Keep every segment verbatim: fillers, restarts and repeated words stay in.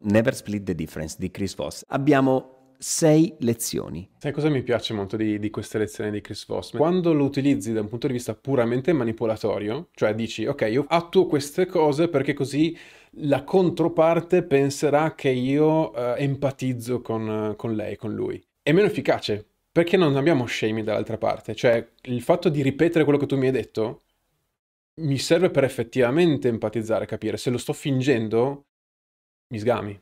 Never Split the Difference di Chris Voss. Abbiamo sei lezioni. Sai cosa mi piace molto di, di queste lezioni di Chris Voss? Quando lo utilizzi da un punto di vista puramente manipolatorio, cioè dici, ok, io attuo queste cose perché così la controparte penserà che io eh, empatizzo con, con lei, con lui. È meno efficace, perché non abbiamo shaming dall'altra parte. Cioè, il fatto di ripetere quello che tu mi hai detto mi serve per effettivamente empatizzare, capire. Se lo sto fingendo, mi sgami.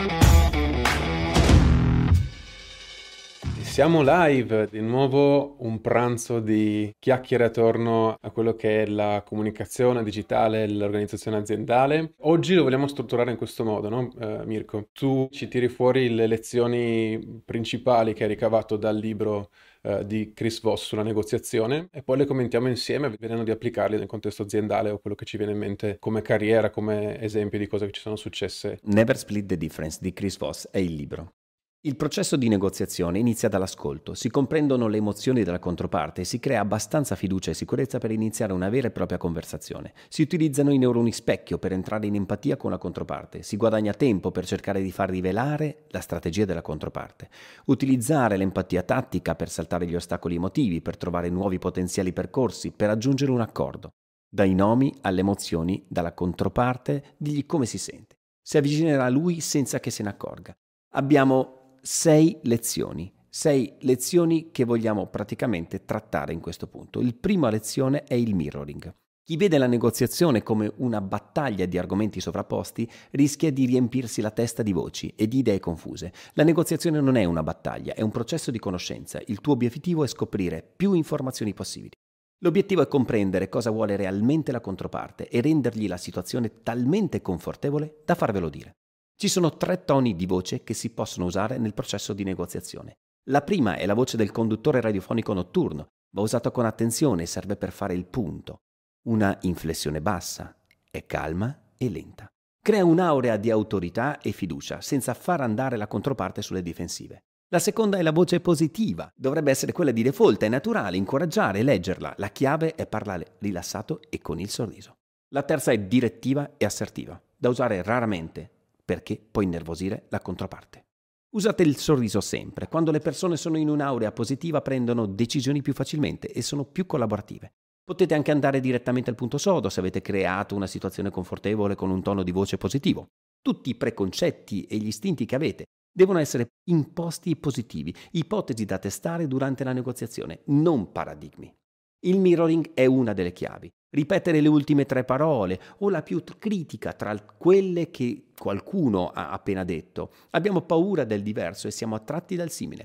Siamo live, di nuovo un pranzo di chiacchiere attorno a quello che è la comunicazione digitale, l'organizzazione aziendale. Oggi lo vogliamo strutturare in questo modo, no, eh, Mirko? Tu ci tiri fuori le lezioni principali che hai ricavato dal libro eh, di Chris Voss sulla negoziazione e poi le commentiamo insieme vedendo di applicarle nel contesto aziendale o quello che ci viene in mente come carriera, come esempio di cose che ci sono successe. Never Split the Difference di Chris Voss è il libro. Il processo di negoziazione inizia dall'ascolto, si comprendono le emozioni della controparte e si crea abbastanza fiducia e sicurezza per iniziare una vera e propria conversazione. Si utilizzano i neuroni specchio per entrare in empatia con la controparte, si guadagna tempo per cercare di far rivelare la strategia della controparte, utilizzare l'empatia tattica per saltare gli ostacoli emotivi, per trovare nuovi potenziali percorsi, per raggiungere un accordo. Dai nomi alle emozioni, dalla controparte, digli come si sente. Si avvicinerà a lui senza che se ne accorga. Abbiamo sei lezioni, sei lezioni che vogliamo praticamente trattare in questo punto. Il prima lezione è il mirroring. Chi vede la negoziazione come una battaglia di argomenti sovrapposti rischia di riempirsi la testa di voci e di idee confuse. La negoziazione non è una battaglia, è un processo di conoscenza. Il tuo obiettivo è scoprire più informazioni possibili. L'obiettivo è comprendere cosa vuole realmente la controparte e rendergli la situazione talmente confortevole da farvelo dire. Ci sono tre toni di voce che si possono usare nel processo di negoziazione. La prima è la voce del conduttore radiofonico notturno, va usata con attenzione e serve per fare il punto. Una inflessione bassa, è calma e lenta. Crea un'aurea di autorità e fiducia, senza far andare la controparte sulle difensive. La seconda è la voce positiva, dovrebbe essere quella di default, è naturale, incoraggiare e leggerla. La chiave è parlare rilassato e con il sorriso. La terza è direttiva e assertiva, da usare raramente, perché può innervosire la controparte. Usate il sorriso sempre. Quando le persone sono in un'aurea positiva prendono decisioni più facilmente e sono più collaborative. Potete anche andare direttamente al punto sodo se avete creato una situazione confortevole con un tono di voce positivo. Tutti i preconcetti e gli istinti che avete devono essere imposti positivi, ipotesi da testare durante la negoziazione, non paradigmi. Il mirroring è una delle chiavi. Ripetere le ultime tre parole o la più critica tra quelle che qualcuno ha appena detto. Abbiamo paura del diverso e siamo attratti dal simile.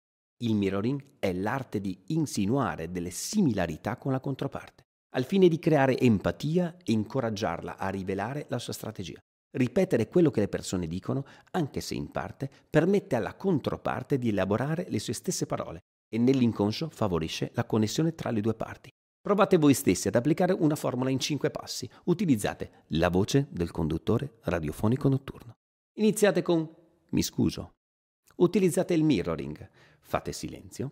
Il mirroring è l'arte di insinuare delle similarità con la controparte, al fine di creare empatia e incoraggiarla a rivelare la sua strategia. Ripetere quello che le persone dicono, anche se in parte, permette alla controparte di elaborare le sue stesse parole e nell'inconscio favorisce la connessione tra le due parti. Provate voi stessi ad applicare una formula in cinque passi. Utilizzate la voce del conduttore radiofonico notturno. Iniziate con "mi scuso". Utilizzate il mirroring. Fate silenzio.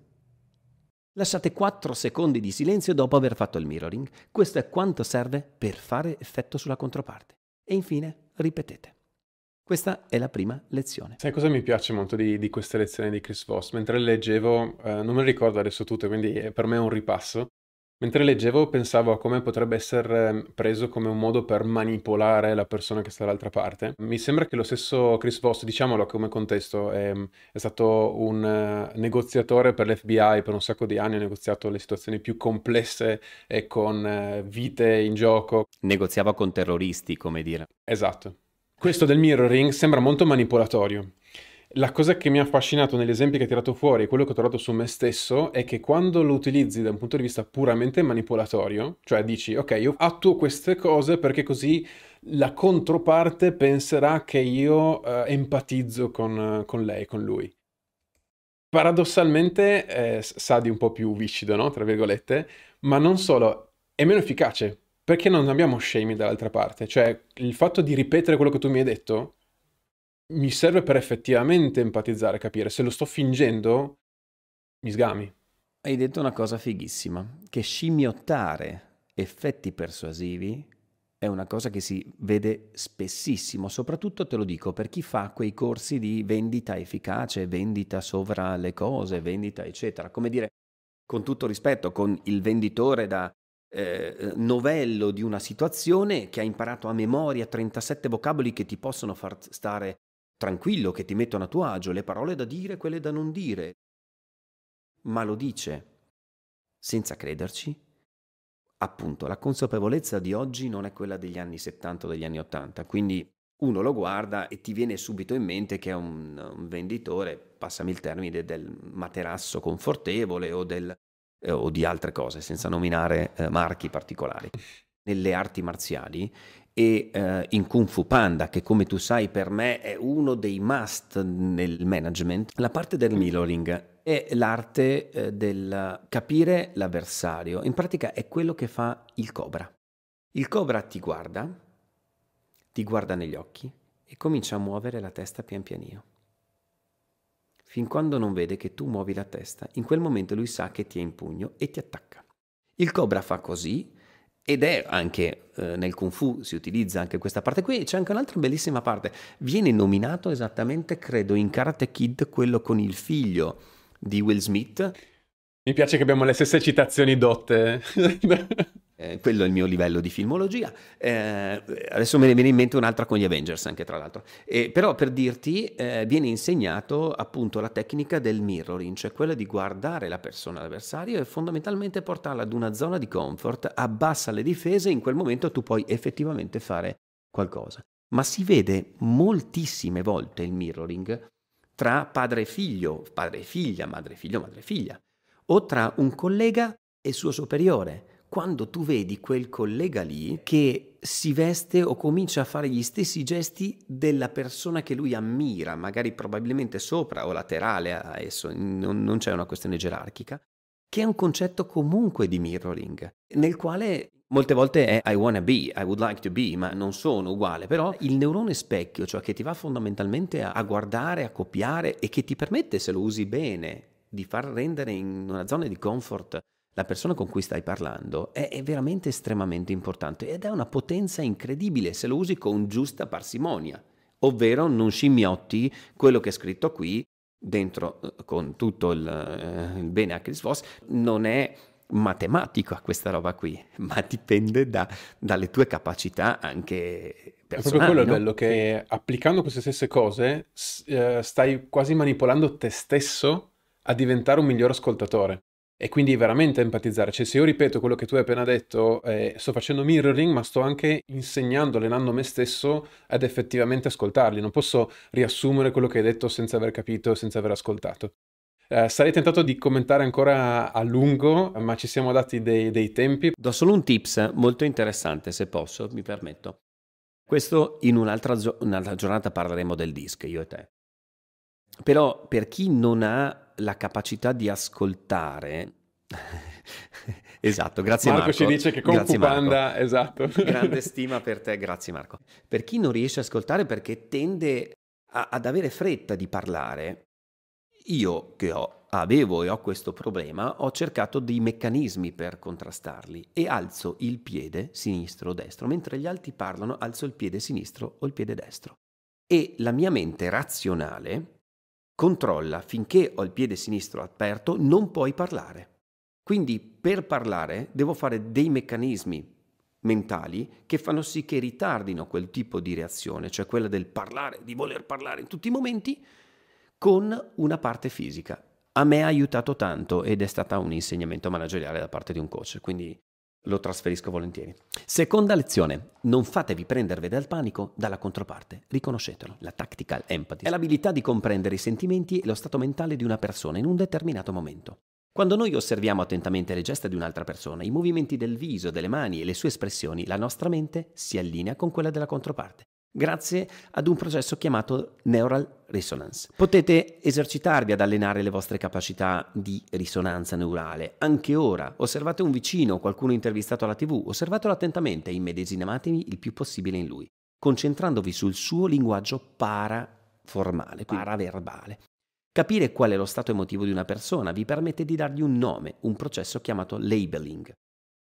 Lasciate quattro secondi di silenzio dopo aver fatto il mirroring. Questo è quanto serve per fare effetto sulla controparte. E infine ripetete. Questa è la prima lezione. Sai cosa mi piace molto di, di queste lezioni di Chris Voss? Mentre le leggevo, eh, non me le ricordo adesso tutte, quindi eh, per me è un ripasso. Mentre leggevo pensavo a come potrebbe essere preso come un modo per manipolare la persona che sta dall'altra parte. Mi sembra che lo stesso Chris Voss, diciamolo come contesto, è, è stato un uh, negoziatore per l'F B I per un sacco di anni, ha negoziato le situazioni più complesse e con uh, vite in gioco. Negoziava con terroristi, come dire. Esatto. Questo del mirroring sembra molto manipolatorio. La cosa che mi ha affascinato negli esempi che hai tirato fuori, quello che ho trovato su me stesso, è che quando lo utilizzi da un punto di vista puramente manipolatorio, cioè dici, ok, io attuo queste cose perché così la controparte penserà che io eh, empatizzo con, con lei, con lui. Paradossalmente eh, sa di un po' più viscido, no? Tra virgolette, ma non solo, è meno efficace, perché non abbiamo shaming dall'altra parte. Cioè, il fatto di ripetere quello che tu mi hai detto mi serve per effettivamente empatizzare, capire. Se lo sto fingendo, mi sgami. Hai detto una cosa fighissima, che scimmiottare effetti persuasivi è una cosa che si vede spessissimo, soprattutto te lo dico per chi fa quei corsi di vendita efficace, vendita sovra le cose, vendita eccetera. Come dire, con tutto rispetto, con il venditore da eh, novello di una situazione che ha imparato a memoria trentasette vocaboli che ti possono far stare tranquillo, che ti mettono a tuo agio, le parole da dire, quelle da non dire, ma lo dice senza crederci. Appunto, la consapevolezza di oggi non è quella degli anni settanta o degli anni ottanta, quindi uno lo guarda e ti viene subito in mente che è un, un venditore, passami il termine, del materasso confortevole o, del, eh, o di altre cose, senza nominare eh, marchi particolari. Nelle arti marziali e eh, in Kung Fu Panda, che come tu sai per me è uno dei must nel management, la parte del mirroring è l'arte eh, del capire l'avversario. In pratica è quello che fa il cobra. Il cobra ti guarda, ti guarda negli occhi e comincia a muovere la testa pian pianino. Fin quando non vede che tu muovi la testa, in quel momento lui sa che ti è in pugno e ti attacca. Il cobra fa così, ed è anche eh, nel Kung Fu si utilizza anche questa parte qui. C'è anche un'altra bellissima parte, viene nominato esattamente, credo, in Karate Kid, quello con il figlio di Will Smith. Mi piace che abbiamo le stesse citazioni dotte. Eh, quello è il mio livello di filmologia. Eh, adesso me ne viene in mente un'altra con gli Avengers anche, tra l'altro. Eh, però per dirti, eh, viene insegnato appunto la tecnica del mirroring, cioè quella di guardare la persona all'avversario e fondamentalmente portarla ad una zona di comfort, abbassa le difese e in quel momento tu puoi effettivamente fare qualcosa. Ma si vede moltissime volte il mirroring tra padre e figlio, padre e figlia, madre e figlio, madre e figlia, o tra un collega e il suo superiore. Quando tu vedi quel collega lì che si veste o comincia a fare gli stessi gesti della persona che lui ammira, magari probabilmente sopra o laterale a esso, non, non c'è una questione gerarchica, che è un concetto comunque di mirroring, nel quale molte volte è I wanna be, I would like to be, ma non sono uguale, però il neurone specchio, cioè che ti va fondamentalmente a, a guardare, a copiare e che ti permette, se lo usi bene, di far rendere in una zona di comfort la persona con cui stai parlando, è, è veramente estremamente importante ed è una potenza incredibile se lo usi con giusta parsimonia, ovvero non scimmiotti quello che è scritto qui, dentro con tutto il, eh, il bene a Chris Voss, non è matematico questa roba qui, ma dipende da, dalle tue capacità anche personali. È proprio quello no? il bello, che applicando queste stesse cose eh, stai quasi manipolando te stesso a diventare un miglior ascoltatore. E quindi veramente empatizzare, cioè se io ripeto quello che tu hai appena detto, eh, sto facendo mirroring, ma sto anche insegnando, allenando me stesso ad effettivamente ascoltarli. Non posso riassumere quello che hai detto senza aver capito, senza aver ascoltato. Eh, sarei tentato di commentare ancora a lungo, ma ci siamo dati dei, dei tempi. Do solo un tips molto interessante, se posso, mi permetto. Questo in un'altra, gio- un'altra giornata parleremo del disc, io e te. Però per chi non ha la capacità di ascoltare, esatto, grazie Marco. Marco. Marco ci dice che Kung Fu Panda, esatto. Grande stima per te, grazie Marco. Per chi non riesce a ascoltare perché tende a, ad avere fretta di parlare, io che ho, avevo e ho questo problema, ho cercato dei meccanismi per contrastarli e alzo il piede sinistro o destro, mentre gli altri parlano alzo il piede sinistro o il piede destro. E la mia mente razionale controlla finché ho il piede sinistro aperto, non puoi parlare. Quindi per parlare devo fare dei meccanismi mentali che fanno sì che ritardino quel tipo di reazione, cioè quella del parlare, di voler parlare in tutti i momenti, con una parte fisica. A me ha aiutato tanto ed è stato un insegnamento manageriale da parte di un coach, quindi lo trasferisco volentieri. Seconda lezione, non fatevi prendervi dal panico dalla controparte, riconoscetelo. La tactical empathy è l'abilità di comprendere i sentimenti e lo stato mentale di una persona in un determinato momento. Quando noi osserviamo attentamente le gesta di un'altra persona, i movimenti del viso, delle mani e le sue espressioni, la nostra mente si allinea con quella della controparte, grazie ad un processo chiamato Neural Resonance. Potete esercitarvi ad allenare le vostre capacità di risonanza neurale. Anche ora, osservate un vicino o qualcuno intervistato alla tivù, osservatelo attentamente e immedesimatevi il più possibile in lui, concentrandovi sul suo linguaggio paraformale, paraverbale. Capire qual è lo stato emotivo di una persona vi permette di dargli un nome, un processo chiamato labeling.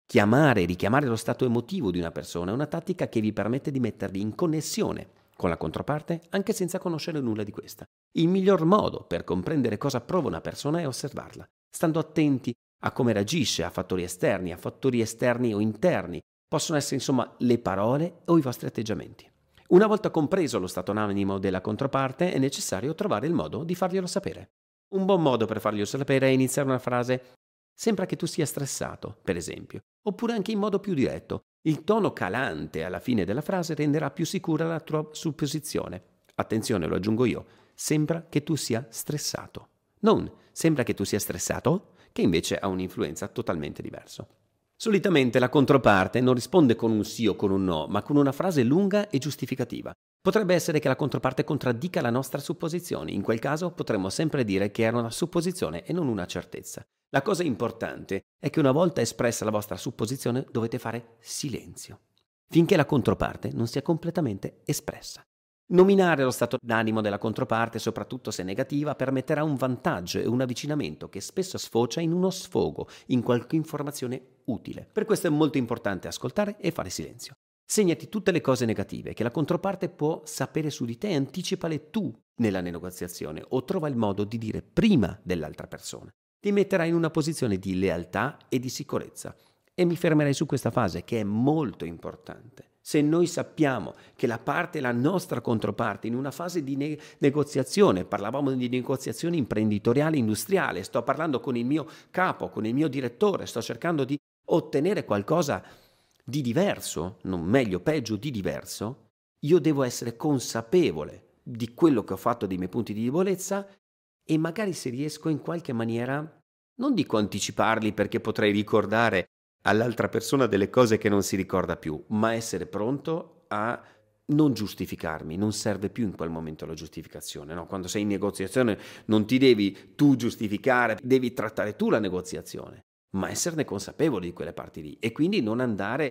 chiamare, richiamare lo stato emotivo di una persona è una tattica che vi permette di mettervi in connessione con la controparte anche senza conoscere nulla di questa. Il miglior modo per comprendere cosa prova una persona è osservarla, stando attenti a come reagisce, a fattori esterni, a fattori esterni o interni. Possono essere insomma le parole o i vostri atteggiamenti. Una volta compreso lo stato d'animo della controparte è necessario trovare il modo di farglielo sapere. Un buon modo per farglielo sapere è iniziare una frase: sembra che tu sia stressato, per esempio, oppure anche in modo più diretto. Il tono calante alla fine della frase renderà più sicura la tua supposizione. Attenzione, lo aggiungo io, sembra che tu sia stressato. Non sembra che tu sia stressato, che invece ha un'influenza totalmente diversa. Solitamente la controparte non risponde con un sì o con un no, ma con una frase lunga e giustificativa. Potrebbe essere che la controparte contraddica la nostra supposizione. In quel caso potremmo sempre dire che era una supposizione e non una certezza. La cosa importante è che una volta espressa la vostra supposizione dovete fare silenzio, finché la controparte non sia completamente espressa. Nominare lo stato d'animo della controparte, soprattutto se negativa, permetterà un vantaggio e un avvicinamento che spesso sfocia in uno sfogo, in qualche informazione utile. Per questo è molto importante ascoltare e fare silenzio. Segnati tutte le cose negative che la controparte può sapere su di te e anticipale tu nella negoziazione o trova il modo di dire prima dell'altra persona. Ti metterai in una posizione di lealtà e di sicurezza. E mi fermerei su questa fase che è molto importante. Se noi sappiamo che la parte, la nostra controparte, in una fase di ne- negoziazione, parlavamo di negoziazione imprenditoriale, industriale, sto parlando con il mio capo, con il mio direttore, sto cercando di ottenere qualcosa di diverso, non meglio, peggio, di diverso, io devo essere consapevole di quello che ho fatto, dei miei punti di debolezza e magari se riesco in qualche maniera, non dico anticiparli perché potrei ricordare all'altra persona delle cose che non si ricorda più, ma essere pronto a non giustificarmi. Non serve più in quel momento la giustificazione, no? Quando sei in negoziazione non ti devi tu giustificare, devi trattare tu la negoziazione, ma esserne consapevoli di quelle parti lì e quindi non andare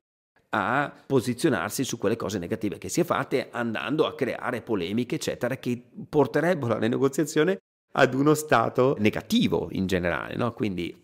a posizionarsi su quelle cose negative che si è fatte, andando a creare polemiche, eccetera, che porterebbero la negoziazione ad uno stato negativo in generale, no? Quindi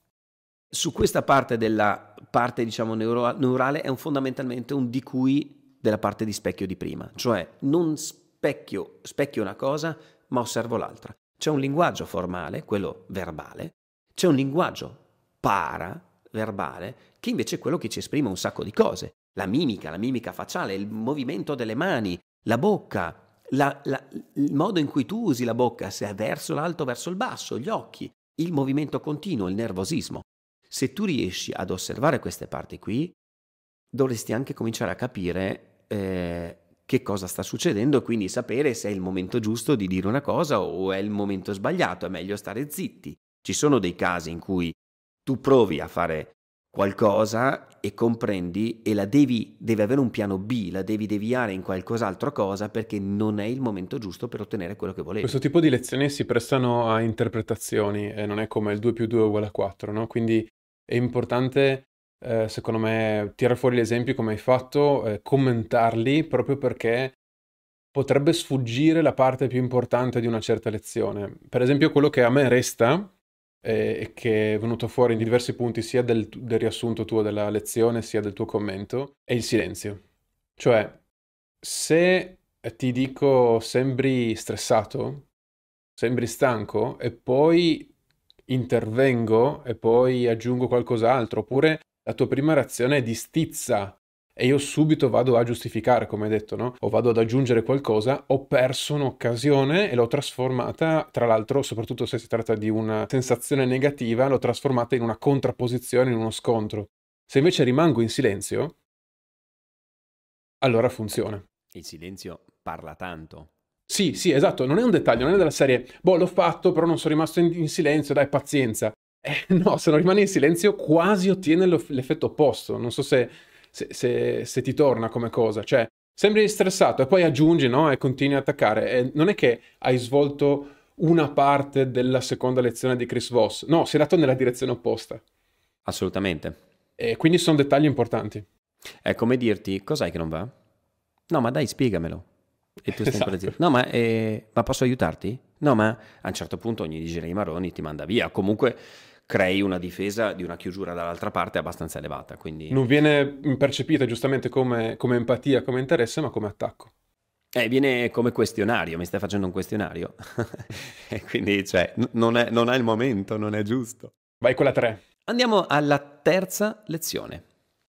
su questa parte della parte, diciamo, neuro- neurale è un, fondamentalmente un di cui della parte di specchio di prima, cioè non specchio, specchio una cosa, ma osservo l'altra. C'è un linguaggio formale, quello verbale, c'è un linguaggio paraverbale, che invece è quello che ci esprime un sacco di cose. La mimica, la mimica facciale, il movimento delle mani, la bocca, la, la, il modo in cui tu usi la bocca, se è verso l'alto o verso il basso, gli occhi, il movimento continuo, il nervosismo. Se tu riesci ad osservare queste parti qui, dovresti anche cominciare a capire eh, che cosa sta succedendo e quindi sapere se è il momento giusto di dire una cosa o è il momento sbagliato, è meglio stare zitti. Ci sono dei casi in cui tu provi a fare qualcosa e comprendi e la devi, deve avere un piano B, la devi deviare in qualcos'altro cosa perché non è il momento giusto per ottenere quello che volevi. Questo tipo di lezioni si prestano a interpretazioni e non è come il due più due uguale a quattro, no? Quindi è importante, eh, secondo me, tirare fuori gli esempi come hai fatto, eh, commentarli proprio perché potrebbe sfuggire la parte più importante di una certa lezione. Per esempio, quello che a me resta e eh, che è venuto fuori in diversi punti sia del, del riassunto tuo della lezione sia del tuo commento è il silenzio. Cioè, se ti dico sembri stressato, sembri stanco e poi intervengo e poi aggiungo qualcos'altro, oppure la tua prima reazione è di stizza e io subito vado a giustificare, come hai detto, no? O vado ad aggiungere qualcosa, ho perso un'occasione e l'ho trasformata, tra l'altro, soprattutto se si tratta di una sensazione negativa, l'ho trasformata in una contrapposizione, in uno scontro. Se invece rimango in silenzio, allora funziona. Il silenzio parla tanto. Sì, sì, esatto, non è un dettaglio, non è della serie, boh, l'ho fatto, però non sono rimasto in, in silenzio, dai, pazienza. Eh, no, se non rimani in silenzio quasi ottiene lo- l'effetto opposto. Non so se, se, se- se ti torna come cosa. Cioè, sembri stressato e poi aggiungi, no? E continui a attaccare. E non è che hai svolto una parte della seconda lezione di Chris Voss. No, sei andato nella direzione opposta. Assolutamente. E quindi sono dettagli importanti. È come dirti, cos'hai che non va? No, ma dai, spiegamelo. E tu stai ancora Esatto. zitto. No, ma, eh, ma posso aiutarti? No, ma a un certo punto ogni digere i marroni ti manda via. Comunque, crei una difesa di una chiusura dall'altra parte abbastanza elevata. Quindi Non viene percepita giustamente come, come empatia, come interesse, ma come attacco. eh, viene come questionario, mi stai facendo un questionario? E quindi, cioè, n- non è, non è il momento, non è giusto. Vai con la tre. Andiamo alla terza lezione.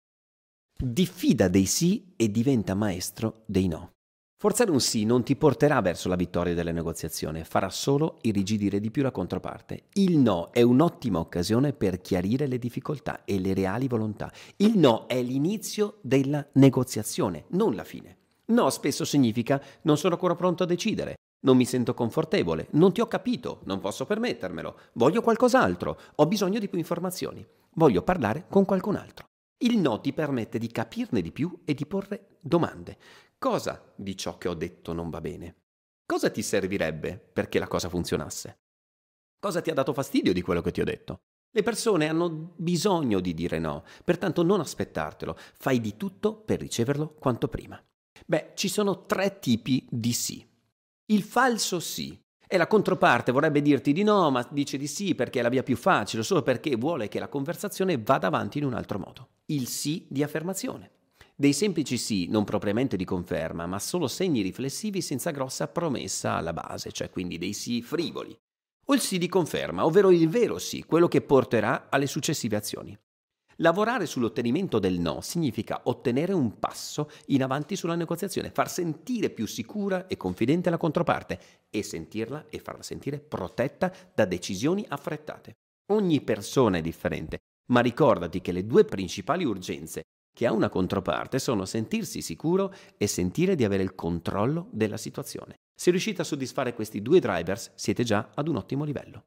Diffida dei sì e diventa maestro dei no. Forzare un sì non ti porterà verso la vittoria della negoziazione, farà solo irrigidire di più la controparte. Il no è un'ottima occasione per chiarire le difficoltà e le reali volontà. Il no è l'inizio della negoziazione, non la fine. No spesso significa non sono ancora pronto a decidere, non mi sento confortevole, non ti ho capito, non posso permettermelo, voglio qualcos'altro, ho bisogno di più informazioni, voglio parlare con qualcun altro. Il no ti permette di capirne di più e di porre domande. Cosa di ciò che ho detto non va bene? Cosa ti servirebbe perché la cosa funzionasse? Cosa ti ha dato fastidio di quello che ti ho detto? Le persone hanno bisogno di dire no, pertanto non aspettartelo, fai di tutto per riceverlo quanto prima. Beh, ci sono tre tipi di sì. Il falso sì. E la controparte vorrebbe dirti di no, ma dice di sì perché è la via più facile, solo perché vuole che la conversazione vada avanti in un altro modo. Il sì di affermazione. Dei semplici sì, non propriamente di conferma, ma solo segni riflessivi senza grossa promessa alla base, cioè quindi dei sì frivoli. O il sì di conferma, ovvero il vero sì, quello che porterà alle successive azioni. Lavorare sull'ottenimento del no significa ottenere un passo in avanti sulla negoziazione, far sentire più sicura e confidente la controparte e sentirla e farla sentire protetta da decisioni affrettate. Ogni persona è differente, ma ricordati che le due principali urgenze che ha una controparte sono sentirsi sicuro e sentire di avere il controllo della situazione. Se riuscite a soddisfare questi due drivers, siete già ad un ottimo livello.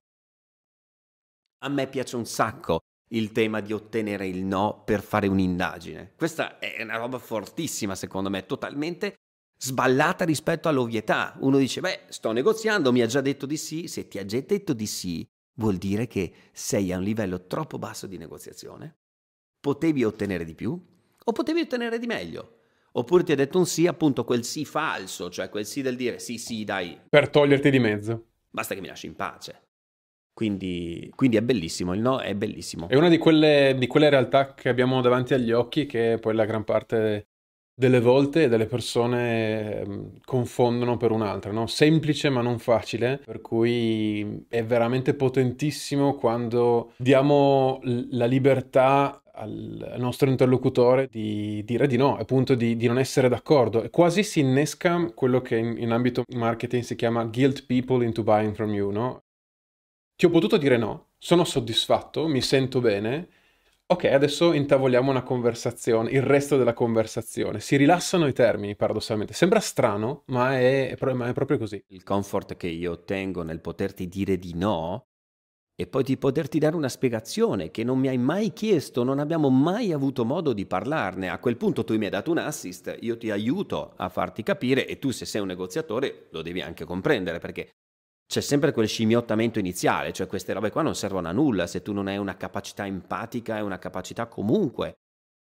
A me piace un sacco il tema di ottenere il no per fare un'indagine. Questa è una roba fortissima, secondo me, totalmente sballata rispetto all'ovvietà. Uno dice, beh, sto negoziando, mi ha già detto di sì. Se ti ha già detto di sì, vuol dire che sei a un livello troppo basso di negoziazione. Potevi ottenere di più o potevi ottenere di meglio. Oppure ti ha detto un sì, appunto quel sì falso, cioè quel sì del dire sì, sì, dai. Per toglierti di mezzo. Basta che mi lasci in pace. Quindi, quindi è bellissimo, il no è bellissimo. È una di quelle, di quelle realtà che abbiamo davanti agli occhi che poi la gran parte delle volte delle persone ehm, confondono per un'altra, no? Semplice ma non facile, per cui è veramente potentissimo quando diamo l- la libertà al nostro interlocutore di dire di no, appunto di, di non essere d'accordo. E quasi si innesca quello che in, in ambito marketing si chiama guilt people into buying from you, no? Ti ho potuto dire no, sono soddisfatto, mi sento bene. Ok, adesso intavoliamo una conversazione, il resto della conversazione. Si rilassano i termini, paradossalmente. Sembra strano, ma è, è pro- ma è proprio così. Il comfort che io ottengo nel poterti dire di no e poi di poterti dare una spiegazione che non mi hai mai chiesto, non abbiamo mai avuto modo di parlarne. A quel punto tu mi hai dato un assist, io ti aiuto a farti capire e tu se sei un negoziatore lo devi anche comprendere perché c'è sempre quel scimmiottamento iniziale, cioè queste robe qua non servono a nulla se tu non hai una capacità empatica e una capacità comunque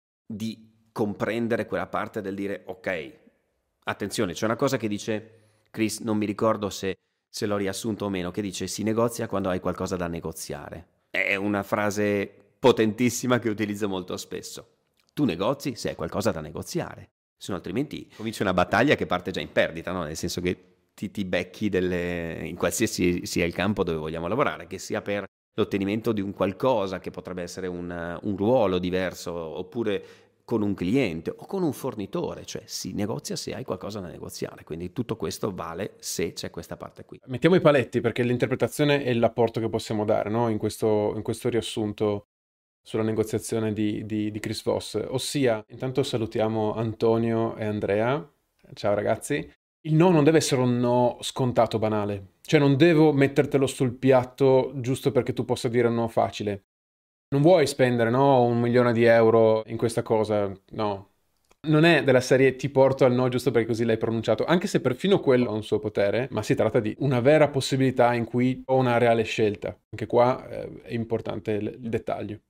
di comprendere quella parte del dire ok, attenzione, c'è una cosa che dice Chris, non mi ricordo se, se l'ho riassunto o meno, che dice si negozia quando hai qualcosa da negoziare. È una frase potentissima che utilizzo molto spesso. Tu negozi se hai qualcosa da negoziare, se no altrimenti comincia una battaglia che parte già in perdita, no? Nel senso che ti, ti becchi delle, in qualsiasi sia il campo dove vogliamo lavorare, che sia per l'ottenimento di un qualcosa che potrebbe essere un, un ruolo diverso oppure con un cliente o con un fornitore, cioè si negozia se hai qualcosa da negoziare, quindi tutto questo vale se c'è questa parte qui. Mettiamo i paletti perché l'interpretazione è l'apporto che possiamo dare, no? In questo, in questo riassunto sulla negoziazione di, di, di Chris Voss. Ossia, intanto salutiamo Antonio e Andrea. Ciao ragazzi. Il no non deve essere un no scontato, banale. Cioè non devo mettertelo sul piatto giusto perché tu possa dire un no facile. Non vuoi spendere, no, un milione di euro in questa cosa, no. Non è della serie ti porto al no giusto perché così l'hai pronunciato, anche se perfino quello ha un suo potere, ma si tratta di una vera possibilità in cui ho una reale scelta. Anche qua eh, è importante il, il dettaglio.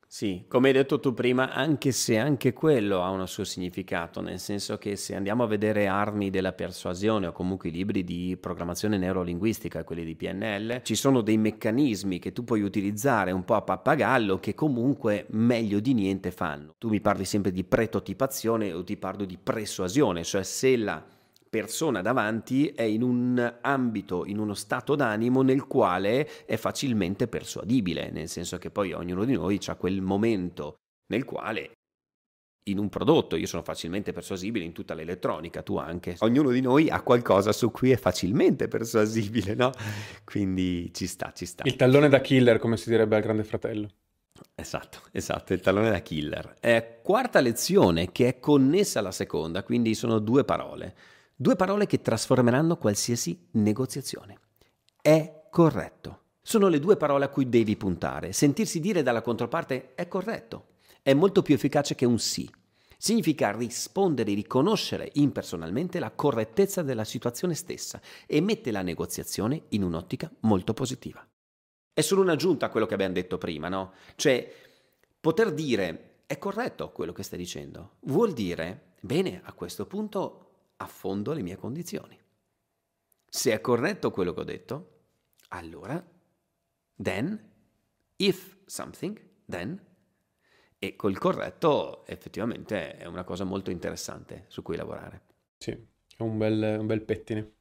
Sì, come hai detto tu prima, anche se anche quello ha un suo significato, nel senso che se andiamo a vedere Armi della persuasione o comunque i libri di programmazione neurolinguistica, quelli di P N L, ci sono dei meccanismi che tu puoi utilizzare un po' a pappagallo che comunque meglio di niente fanno. Tu mi parli sempre di pretotipazione o ti parlo di persuasione, cioè se la persona davanti è in un ambito, in uno stato d'animo nel quale è facilmente persuadibile, nel senso che poi ognuno di noi ha quel momento nel quale in un prodotto io sono facilmente persuasibile, in tutta l'elettronica, tu anche. Ognuno di noi ha qualcosa su cui è facilmente persuasibile, no? Quindi ci sta, ci sta. Il tallone da killer, come si direbbe al Grande Fratello. Esatto, esatto, il tallone da killer. Eh, quarta lezione che è connessa alla seconda, quindi sono due parole. Due parole che trasformeranno qualsiasi negoziazione. È corretto. Sono le due parole a cui devi puntare. Sentirsi dire dalla controparte è corretto. È molto più efficace che un sì. Significa rispondere e riconoscere impersonalmente la correttezza della situazione stessa e mette la negoziazione in un'ottica molto positiva. È solo un'aggiunta a quello che abbiamo detto prima, no? Cioè, poter dire è corretto quello che stai dicendo vuol dire, bene, a questo punto affondo le mie condizioni. Se è corretto quello che ho detto, allora, then, if something, then, e col corretto effettivamente è una cosa molto interessante su cui lavorare. Sì, è un bel, un bel pettine.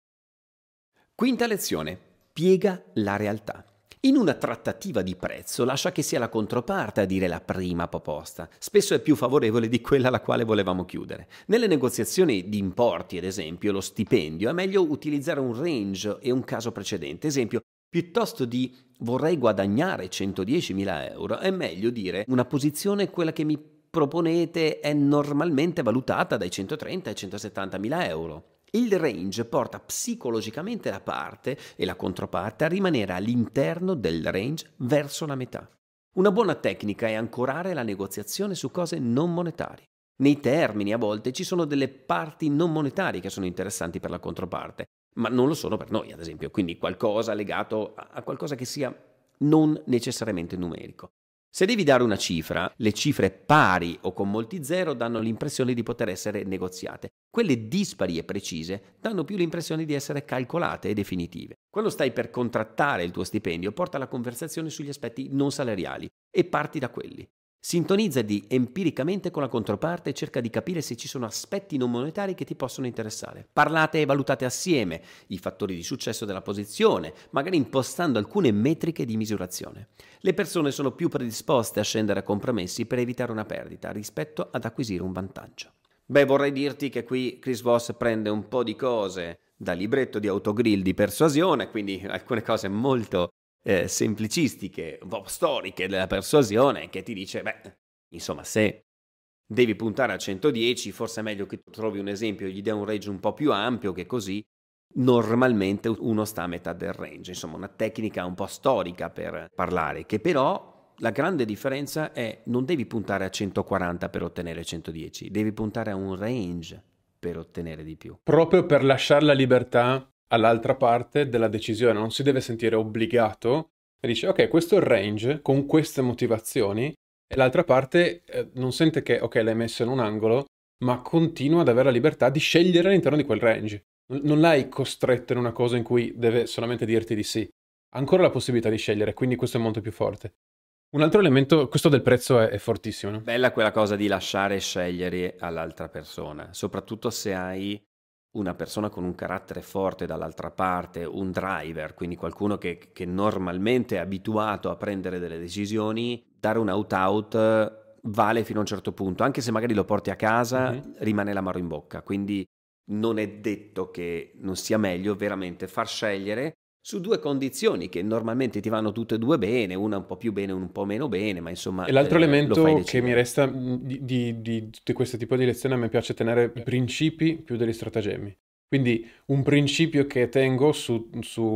Quinta lezione, piega la realtà. In una trattativa di prezzo lascia che sia la controparte a dire la prima proposta, spesso è più favorevole di quella alla quale volevamo chiudere. Nelle negoziazioni di importi, ad esempio, lo stipendio, è meglio utilizzare un range e un caso precedente. Esempio, piuttosto di vorrei guadagnare centodiecimila euro, è meglio dire una posizione, quella che mi proponete, è normalmente valutata dai centotrenta ai centosettantamila euro. Il range porta psicologicamente la parte e la controparte a rimanere all'interno del range verso la metà. Una buona tecnica è ancorare la negoziazione su cose non monetarie. Nei termini a volte ci sono delle parti non monetarie che sono interessanti per la controparte, ma non lo sono per noi, ad esempio, quindi qualcosa legato a qualcosa che sia non necessariamente numerico. Se devi dare una cifra, le cifre pari o con molti zero danno l'impressione di poter essere negoziate. Quelle dispari e precise danno più l'impressione di essere calcolate e definitive. Quando stai per contrattare il tuo stipendio, porta la conversazione sugli aspetti non salariali e parti da quelli. Sintonizzati empiricamente con la controparte e cerca di capire se ci sono aspetti non monetari che ti possono interessare. Parlate e valutate assieme i fattori di successo della posizione, magari impostando alcune metriche di misurazione. Le persone sono più predisposte a scendere a compromessi per evitare una perdita rispetto ad acquisire un vantaggio. Beh, vorrei dirti che qui Chris Voss prende un po' di cose dal libretto di Autogrill di persuasione, quindi alcune cose molto Eh, semplicistiche, un po' storiche della persuasione, che ti dice, beh, insomma, se devi puntare a centodieci, forse è meglio che tu trovi un esempio, gli dia un range un po' più ampio, che così normalmente uno sta a metà del range. Insomma, una tecnica un po' storica per parlare, che però la grande differenza è non devi puntare a centoquaranta per ottenere centodieci, devi puntare a un range per ottenere di più. Proprio per lasciare la libertà all'altra parte della decisione, non si deve sentire obbligato e dice ok, questo è il range con queste motivazioni, e l'altra parte eh, non sente che ok, l'hai messo in un angolo, ma continua ad avere la libertà di scegliere all'interno di quel range. N- non l'hai costretto in una cosa in cui deve solamente dirti di sì, ha ancora la possibilità di scegliere, quindi questo è molto più forte. Un altro elemento, questo del prezzo è, è fortissimo, no? Bella quella cosa di lasciare scegliere all'altra persona, soprattutto se hai una persona con un carattere forte dall'altra parte, un driver, quindi qualcuno che, che normalmente è abituato a prendere delle decisioni. Dare un out-out vale fino a un certo punto, anche se magari lo porti a casa, Mm-hmm. rimane l'amaro in bocca, quindi non è detto che non sia meglio veramente far scegliere su due condizioni che normalmente ti vanno tutte e due bene, una un po' più bene, una un po' meno bene, ma insomma E l'altro eh, lo fai elemento che decidere. mi resta mh, di, di, di tutte queste tipo di lezioni, a me piace tenere i principi più degli stratagemmi. Quindi un principio che tengo su,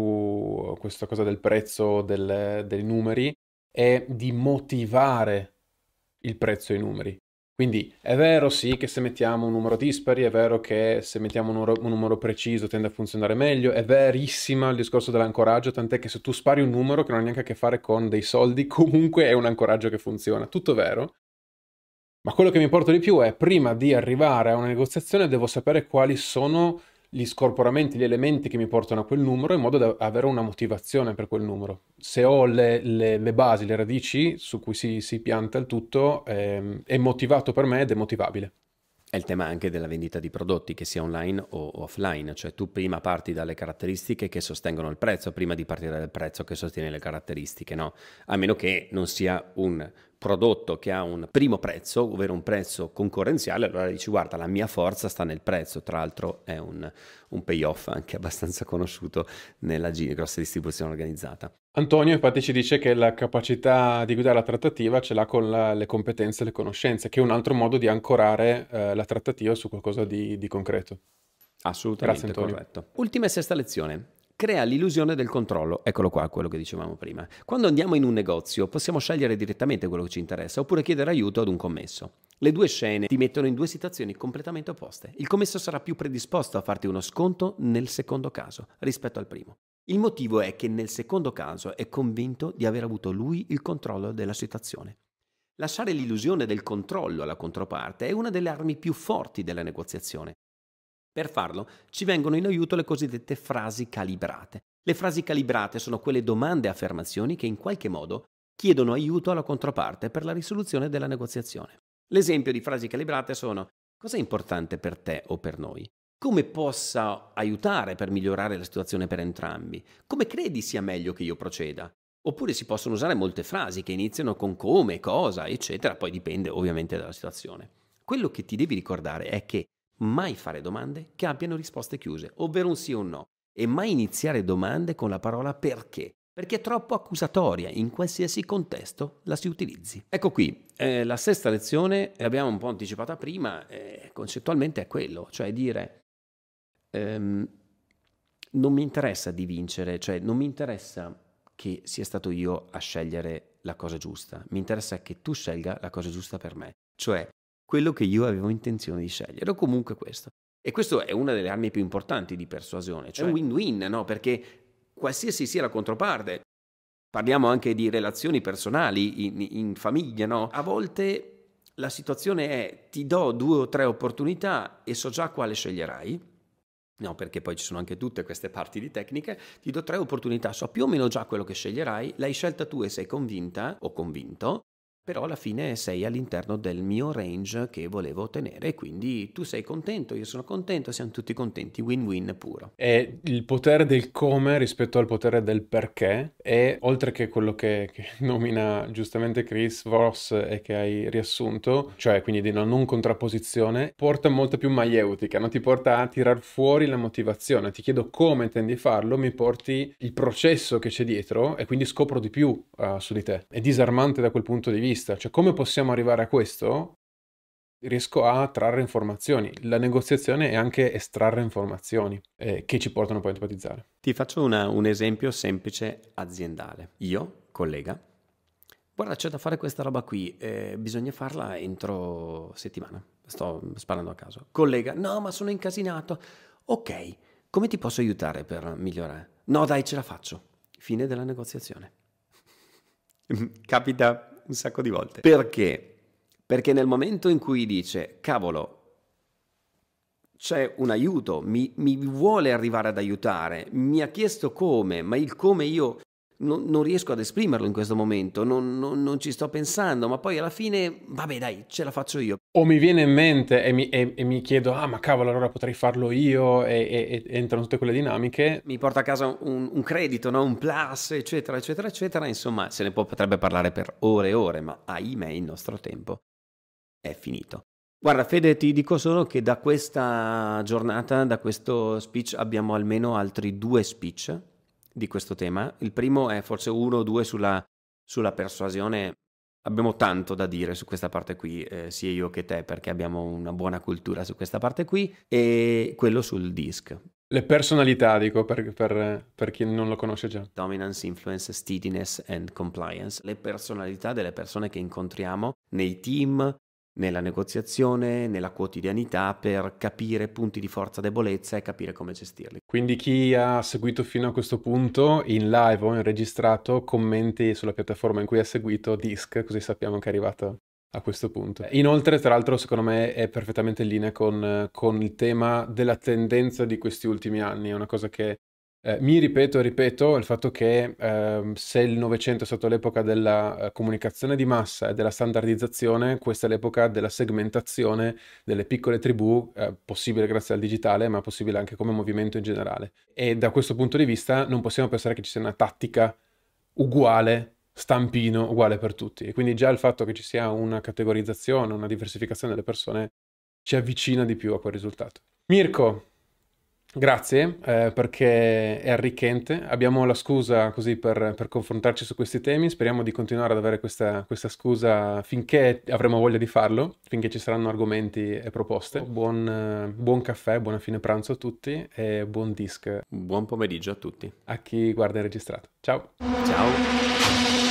su questa cosa del prezzo, del- dei numeri, è di motivare il prezzo e i numeri. Quindi è vero sì che se mettiamo un numero dispari, è vero che se mettiamo un numero, un numero preciso tende a funzionare meglio, è verissimo il discorso dell'ancoraggio, tant'è che se tu spari un numero che non ha niente a che fare con dei soldi, comunque è un ancoraggio che funziona, tutto vero. Ma quello che mi importa di più è, prima di arrivare a una negoziazione, devo sapere quali sono gli scorporamenti, gli elementi che mi portano a quel numero, in modo da avere una motivazione per quel numero. Se ho le, le- le basi, le radici su cui si, si pianta il tutto, ehm, è motivato per me ed è motivabile. È il tema anche della vendita di prodotti, che sia online o offline, cioè tu prima parti dalle caratteristiche che sostengono il prezzo, prima di partire dal prezzo che sostiene le caratteristiche, no? A meno che non sia un prodotto che ha un primo prezzo, ovvero un prezzo concorrenziale, allora dici guarda, la mia forza sta nel prezzo. Tra l'altro è un, un payoff anche abbastanza conosciuto nella gi- grossa distribuzione organizzata. Antonio infatti ci dice che la capacità di guidare la trattativa ce l'ha con la- le competenze e le conoscenze, che è un altro modo di ancorare eh, la trattativa su qualcosa di, di concreto. Grazie Assolutamente Antonio. corretto. Ultima e sesta lezione. Crea l'illusione del controllo. Eccolo qua, quello che dicevamo prima. Quando andiamo in un negozio possiamo scegliere direttamente quello che ci interessa oppure chiedere aiuto ad un commesso. Le due scene ti mettono in due situazioni completamente opposte. Il commesso sarà più predisposto a farti uno sconto nel secondo caso rispetto al primo. Il motivo è che nel secondo caso è convinto di aver avuto lui il controllo della situazione. Lasciare l'illusione del controllo alla controparte è una delle armi più forti della negoziazione. Per farlo ci vengono in aiuto le cosiddette frasi calibrate. Le frasi calibrate sono quelle domande e affermazioni che in qualche modo chiedono aiuto alla controparte per la risoluzione della negoziazione. L'esempio di frasi calibrate sono: cosa è importante per te o per noi? Come possa aiutare per migliorare la situazione per entrambi? Come credi sia meglio che io proceda? Oppure si possono usare molte frasi che iniziano con come, cosa, eccetera, poi dipende ovviamente dalla situazione. Quello che ti devi ricordare è che mai fare domande che abbiano risposte chiuse, ovvero un sì o un no, e mai iniziare domande con la parola perché, perché è troppo accusatoria, in qualsiasi contesto la si utilizzi. Ecco qui, eh, la sesta lezione, l'abbiamo un po' anticipata prima, eh, concettualmente è quello, cioè dire ehm, non mi interessa di vincere, cioè non mi interessa che sia stato io a scegliere la cosa giusta, mi interessa che tu scelga la cosa giusta per me, cioè quello che io avevo intenzione di scegliere, o comunque questo. E questo è una delle armi più importanti di persuasione, cioè è un win-win, no? Perché qualsiasi sia la controparte, parliamo anche di relazioni personali in, in famiglia, no? A volte la situazione è: ti do due o tre opportunità e so già quale sceglierai. No, perché poi ci sono anche tutte queste parti di tecniche. Ti do tre opportunità, so più o meno già quello che sceglierai, l'hai scelta tu e sei convinta o convinto, però alla fine sei all'interno del mio range che volevo ottenere, quindi tu sei contento, io sono contento, siamo tutti contenti, win-win puro. E il potere del come rispetto al potere del perché, e oltre che quello che, che nomina giustamente Chris Voss e che hai riassunto, cioè quindi di una non contrapposizione, porta molta più maieutica, no? Ti porta a tirar fuori la motivazione. Ti chiedo come intendi farlo, mi porti il processo che c'è dietro e quindi scopro di più uh, su di te. È disarmante da quel punto di vista. Cioè, come possiamo arrivare a questo? Riesco a trarre informazioni. La negoziazione è anche estrarre informazioni eh, che ci portano poi a empatizzare. Ti faccio una, un esempio semplice aziendale. Io, collega, guarda, c'è da fare questa roba qui, eh, bisogna farla entro settimana. Sto sparando a caso. Collega, no, ma sono incasinato. Ok, come ti posso aiutare per migliorare? No, dai, ce la faccio. Fine della negoziazione. Capita un sacco di volte. Perché? Perché nel momento in cui dice, cavolo, c'è un aiuto, mi, mi vuole arrivare ad aiutare, mi ha chiesto come, ma il come io non, non riesco ad esprimerlo in questo momento, non, non, non ci sto pensando, ma poi alla fine, vabbè dai, ce la faccio io. O mi viene in mente e mi, e, e mi chiedo, ah ma cavolo, allora potrei farlo io, e, e, e entrano tutte quelle dinamiche. Mi porta a casa un, un credito, no? Un plus, eccetera, eccetera, eccetera. Insomma, se ne può, potrebbe parlare per ore e ore, ma ahimè il nostro tempo è finito. Guarda Fede, ti dico solo che da questa giornata, da questo speech, abbiamo almeno altri due speech di questo tema. Il primo è forse uno o due sulla, sulla persuasione. Abbiamo tanto da dire su questa parte qui, eh, sia io che te, perché abbiamo una buona cultura su questa parte qui, e quello sul D I S C. Le personalità, dico, per, per, per chi non lo conosce già. Dominance, Influence, Steadiness and Compliance. Le personalità delle persone che incontriamo nei team, nella negoziazione, nella quotidianità, per capire punti di forza e debolezza e capire come gestirli. Quindi chi ha seguito fino a questo punto, in live o in registrato, commenti sulla piattaforma in cui ha seguito Disc, così sappiamo che è arrivato a questo punto. Inoltre, tra l'altro, secondo me è perfettamente in linea con, con il tema della tendenza di questi ultimi anni. È una cosa che eh, mi ripeto e ripeto, il fatto che eh, se il Novecento è stato l'epoca della eh, comunicazione di massa e della standardizzazione, questa è l'epoca della segmentazione delle piccole tribù, eh, possibile grazie al digitale, ma possibile anche come movimento in generale. E da questo punto di vista non possiamo pensare che ci sia una tattica uguale, stampino uguale per tutti. E quindi già il fatto che ci sia una categorizzazione, una diversificazione delle persone ci avvicina di più a quel risultato. Mirko, grazie eh, perché è arricchente. Abbiamo la scusa così per, per confrontarci su questi temi. Speriamo di continuare ad avere questa, questa scusa finché avremo voglia di farlo, finché ci saranno argomenti e proposte. Buon, eh, buon caffè, buona fine pranzo a tutti e buon disc Buon pomeriggio a tutti. a chi guarda in registrato. Ciao! Ciao!